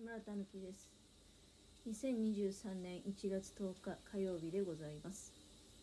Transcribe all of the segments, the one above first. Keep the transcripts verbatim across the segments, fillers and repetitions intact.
村たぬきです。にせんにじゅうさんねんいちがつとおか火曜日でございます。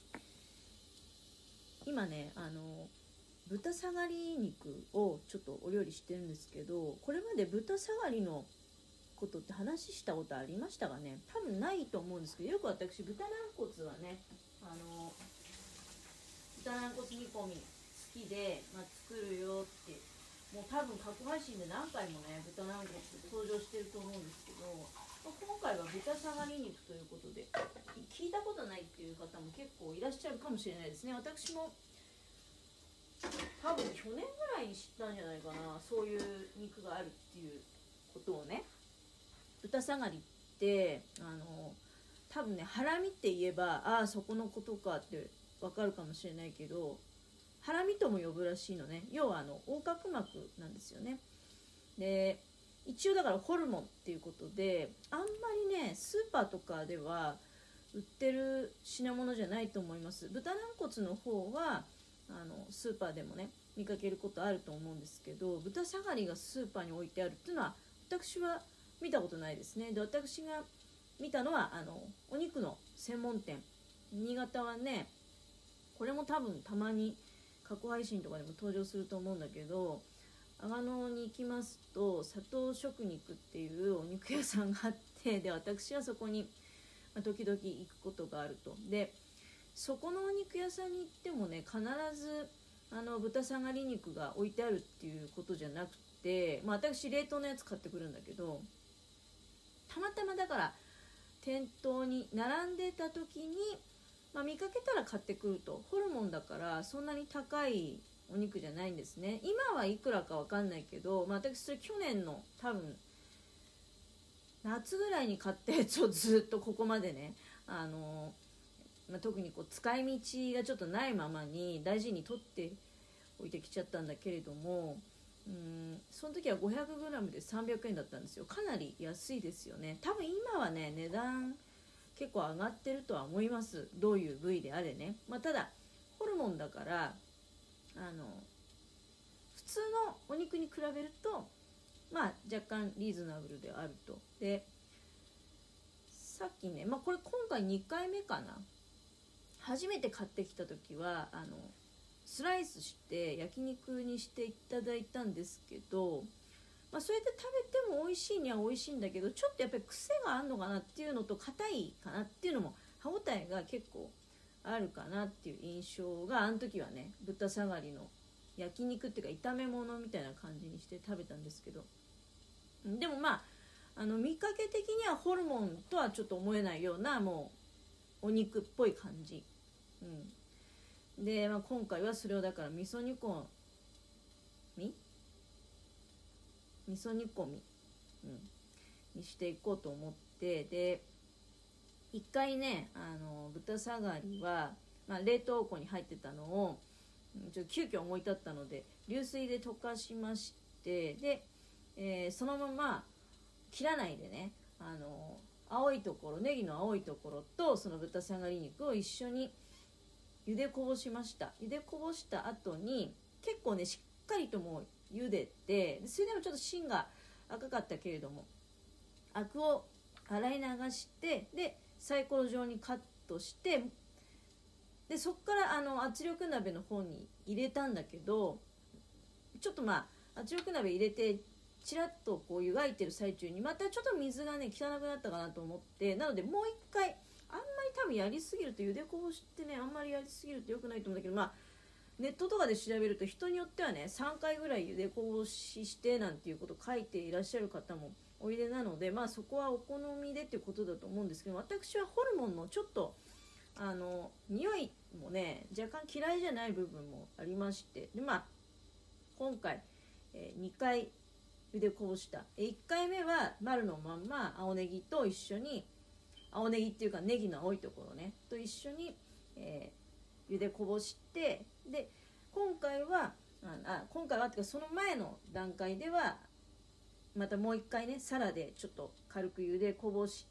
今ね、あの豚さがり肉をちょっとお料理してるんですけど、これまで豚さがりのことって話したことありましたがね、多分ないと思うんですけど、よく私豚軟骨はね、あの豚軟骨煮込み好きで、まあ、作るよってもう多分過去配信で何回もね豚軟骨登場してると思うんですけど、まあ、今回は豚さがり肉ということで聞いたことないっていう方も結構いらっしゃるかもしれないですね。私も多分去年ぐらいに知ったんじゃないかな、そういう肉があるっていうことをね。豚さがりってあの多分ね、ハラミって言えばああそこのことかってわかるかもしれないけど、ハラミとも呼ぶらしいのね。要はあの横隔膜なんですよね。で一応だからホルモンっていうことで、あんまりねスーパーとかでは売ってる品物じゃないと思います。豚軟骨の方はあのスーパーでもね見かけることあると思うんですけど、豚さがりがスーパーに置いてあるっていうのは私は見たことないですね。で私が見たのはあのお肉の専門店、新潟はね、これも多分たまに過去配信とかでも登場すると思うんだけど、阿賀野に行きますと佐藤食肉っていうお肉屋さんがあって、で私はそこに時々行くことがあると。でそこのお肉屋さんに行ってもね、必ずあの豚さがり肉が置いてあるっていうことじゃなくて、まあ、私冷凍のやつ買ってくるんだけど、たまたまだから店頭に並んでた時に、まあ、見かけたら買ってくると。ホルモンだからそんなに高いお肉じゃないんですね。今はいくらかわかんないけど、まあ、私それ去年の多分夏ぐらいに買ったやつをずっとここまでね、あのまあ、特にこう使い道がちょっとないままに大事に取っておいてきちゃったんだけれども、うーんその時は ごひゃくグラム でさんびゃくえんだったんですよ。かなり安いですよね。多分今はね値段結構上がってるとは思います。どういう部位であれね。まあ、ただホルモンだからあの普通のお肉に比べるとまあ若干リーズナブルであると。でさっきね、まあ、これ今回にかいめかな、初めて買ってきた時はあのスライスして焼肉にしていただいたんですけど、まあ、それで食べても美味しいには美味しいんだけど、ちょっとやっぱり癖があるのかなっていうのと硬いかなっていうのも、歯ごたえが結構あるかなっていう印象があの時はね、豚さがりの焼肉っていうか炒め物みたいな感じにして食べたんですけど、でもまああの見かけ的にはホルモンとはちょっと思えないようなもうお肉っぽい感じ、うん、で、まあ、今回はそれをだから味噌煮込み味噌煮込み、うん、にしていこうと思って、で一回ねあの豚さがりは、まあ、冷凍庫に入ってたのをちょっと急遽思い立ったので流水で溶かしまして、で、えー、そのまま切らないでね、あの青いところ、ネギの青いところとその豚さがり肉を一緒に茹でこぼしました。茹でこぼした後に結構ねしっかりともう茹でて、それでもちょっと芯が赤かったけれどもアクを洗い流して、でサイコロ状にカットして、でそこからあの圧力鍋の方に入れたんだけど、ちょっとまあ圧力鍋入れてちらっとこう湯がいてる最中にまたちょっと水がね汚くなったかなと思って、なのでもう一回、あんまり多分やりすぎると茹でこぼしってね、あんまりやりすぎると良くないと思うんだけど、まあネットとかで調べると人によってはねさんかいぐらい茹でこぼししてなんていうことを書いていらっしゃる方もおいでなので、まあそこはお好みでっていうことだと思うんですけど、私はホルモンのちょっとあの匂いもね若干嫌いじゃない部分もありまして、でまあ今回、えー、にかい茹でこぼした。いっかいめは丸のまんま青ネギと一緒に、青ネギっていうかネギの青いところねと一緒に、えー、茹でこぼして、で今回はああ今回はっていうかその前の段階ではまたもういっかいねサラでちょっと軽く茹でこぼして、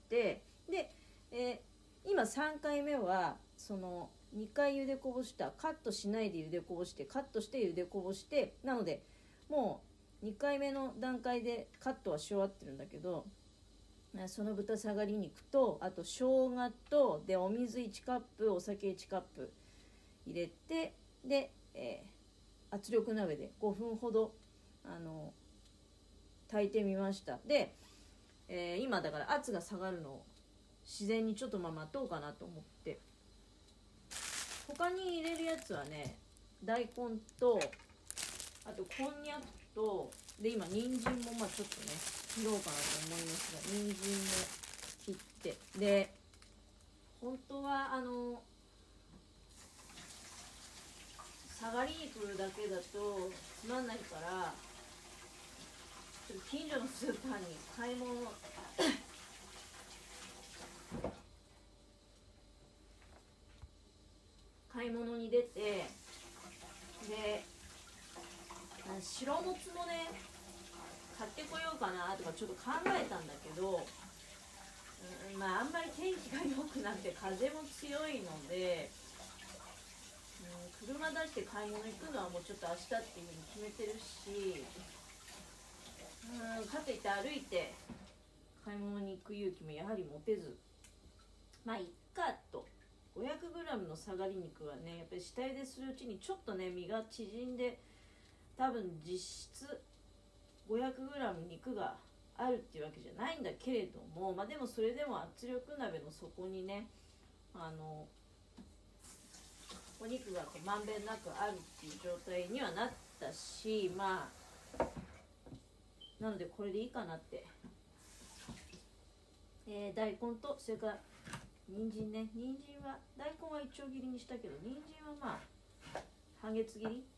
で、えー、今さんかいめはそのにかい茹でこぼした、カットしないで茹でこぼしてカットして茹でこぼして、なのでもうにかいめの段階でカットはし終わってるんだけど、 その豚さがり肉とあと生姜とでお水いちカップお酒いちカップ入れてで、えー、圧力鍋でごふんほどあの炊いてみました。で、えー、今だから圧が下がるのを自然にちょっとまあ待とうかなと思って、他に入れるやつはね大根とあとこんにゃくとで今人参もまあちょっとね切ろうかなと思いますが、人参も切ってで本当はあのさがり肉だけだとつまんないからちょっと近所のスーパーに買い物買い物に出てで白もつもね買ってこようかなとかちょっと考えたんだけど、うん、まああんまり天気が良くなくて風も強いので、うん、車出して買い物行くのはもうちょっと明日っていうふうに決めてるし、うん、かといって歩いて買い物に行く勇気もやはり持てず、まあいっかと ごひゃくグラム のさがり肉はねやっぱり下茹でするうちにちょっとね身が縮んで多分実質 ごひゃくグラム 肉があるっていうわけじゃないんだけれども、まあでもそれでも圧力鍋の底にねあのお肉がこうまんべんなくあるっていう状態にはなったし、まあなのでこれでいいかなって、えー、大根とそれから人参ね、人参は大根は一丁切りにしたけど人参はまあ半月切り、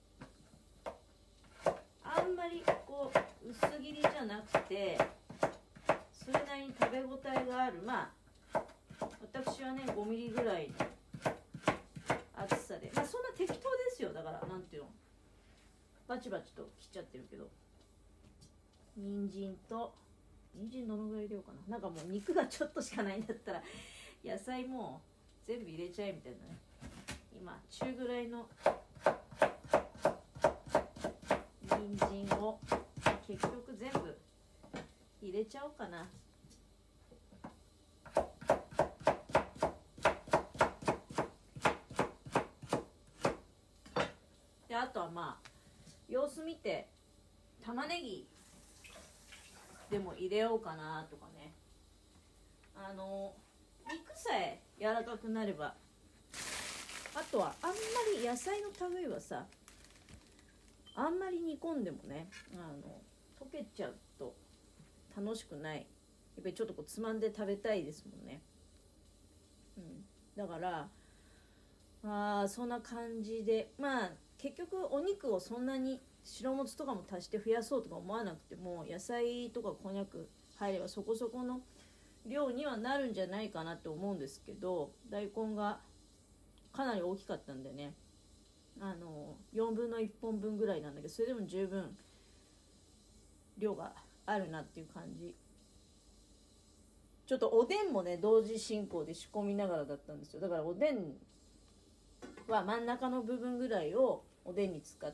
あんまりこう薄切りじゃなくてそれなりに食べ応えがある、まあ私はねごミリぐらいの厚さで、まあそんな適当ですよ。だからなんていうのバチバチと切っちゃってるけど、人参と人参どのぐらい入れようかな。なんかもう肉がちょっとしかないんだったら野菜も全部入れちゃえみたいなね。今中ぐらいの人参を結局全部入れちゃおうかな。であとはまあ様子見て玉ねぎでも入れようかなとかね。あの肉さえ柔らかくなれば、あとはあんまり野菜の類はさあんまり煮込んでもねあの溶けちゃうと楽しくない。やっぱりちょっとこうつまんで食べたいですもんね、うん、だからあそんな感じでまあ結局お肉をそんなに白もつとかも足して増やそうとか思わなくても野菜とかこんにゃく入ればそこそこの量にはなるんじゃないかなと思うんですけど、大根がかなり大きかったんでねあのよんぶんのいっぽんぶんぐらいなんだけど、それでも十分量があるなっていう感じ。ちょっとおでんもね同時進行で仕込みながらだったんですよ。だからおでんは真ん中の部分ぐらいをおでんに使って、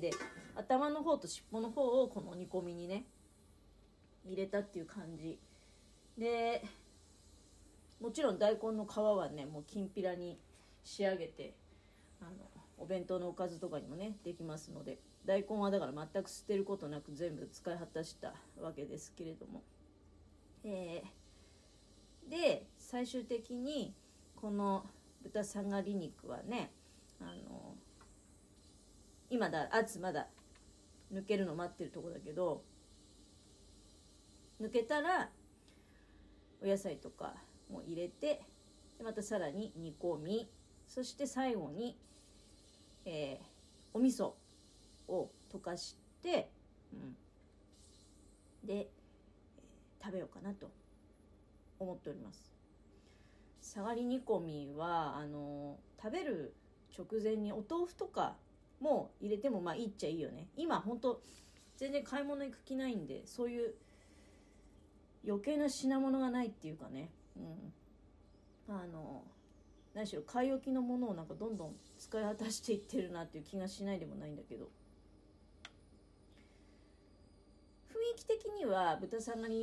で頭の方と尻尾の方をこの煮込みにね入れたっていう感じで、もちろん大根の皮はねもうきんぴらに仕上げてあのお弁当のおかずとかにもねできますので、大根はだから全く捨てることなく全部使い果たしたわけですけれども、えー、で最終的にこの豚さがり肉はねあの今だ圧まだ抜けるの待ってるとこだけど、抜けたらお野菜とかも入れてでまたさらに煮込み、そして最後に、えー、お味噌を溶かして、うん、で、えー、食べようかなと思っております。さがり煮込みはあの食べる直前にお豆腐とかも入れてもまあいいっちゃいいよね。今ほんと全然買い物行く気ないんで、そういう余計な品物がないっていうかね、うん、あの何しろ買い置きのものをなんかどんどん使い果たしていってるなっていう気がしないでもないんだけど、雰囲気的には豚さがり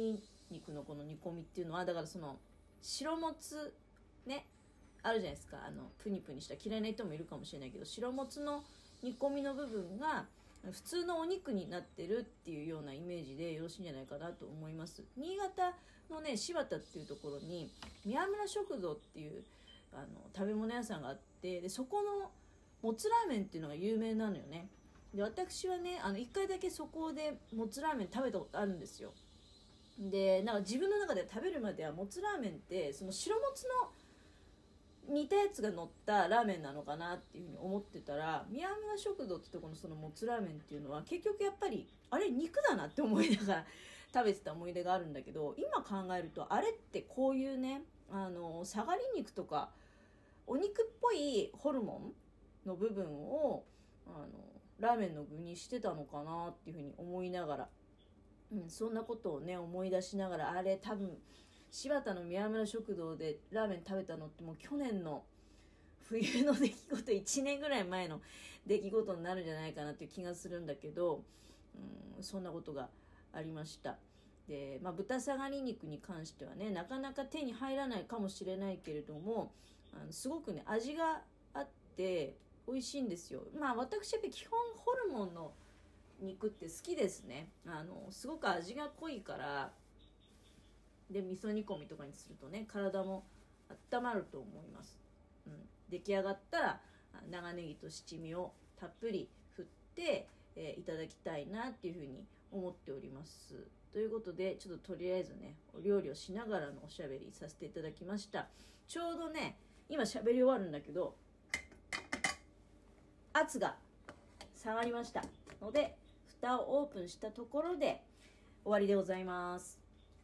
肉のこの煮込みっていうのは、だからその白もつね、あるじゃないですか、あのプニプニした嫌いな人もいるかもしれないけど、白もつの煮込みの部分が普通のお肉になってるっていうようなイメージでよろしいんじゃないかなと思います。新潟のね柴田っていうところに宮村食堂っていうあの食べ物屋さんがあって、でそこのもつラーメンっていうのが有名なのよね。で私はねあのいっかいだけそこでもつラーメン食べたことあるんですよ。でなんか自分の中で食べるまではもつラーメンってその白もつの似たやつが乗ったラーメンなのかなっていうふうに思ってたら、宮村食堂ってとこのそのもつラーメンっていうのは結局やっぱりあれ肉だなって思いながら食べてた思い出があるんだけど、今考えるとあれってこういうねあの下がり肉とかお肉っぽいホルモンの部分をあのラーメンの具にしてたのかなっていうふうに思いながら、うん、そんなことをね思い出しながら、あれ多分柴田の宮村食堂でラーメン食べたのってもう去年の冬の出来事、いちねんぐらい前の出来事になるんじゃないかなっていう気がするんだけど、うん、そんなことがありました。で、まあ、豚さがり肉に関してはねなかなか手に入らないかもしれないけれども、あのすごくね味があって美味しいんですよ。まあ私やっぱり基本ホルモンの肉って好きですね。あのすごく味が濃いから、で味噌煮込みとかにするとね体も温まると思います、うん、出来上がったら長ネギと七味をたっぷり振って、えー、いただきたいなっていうふうに思っております。ということでちょっととりあえずねお料理をしながらのおしゃべりさせていただきました。ちょうどね今しゃべり終わるんだけど圧が下がりましたので蓋をオープンしたところで終わりでございます。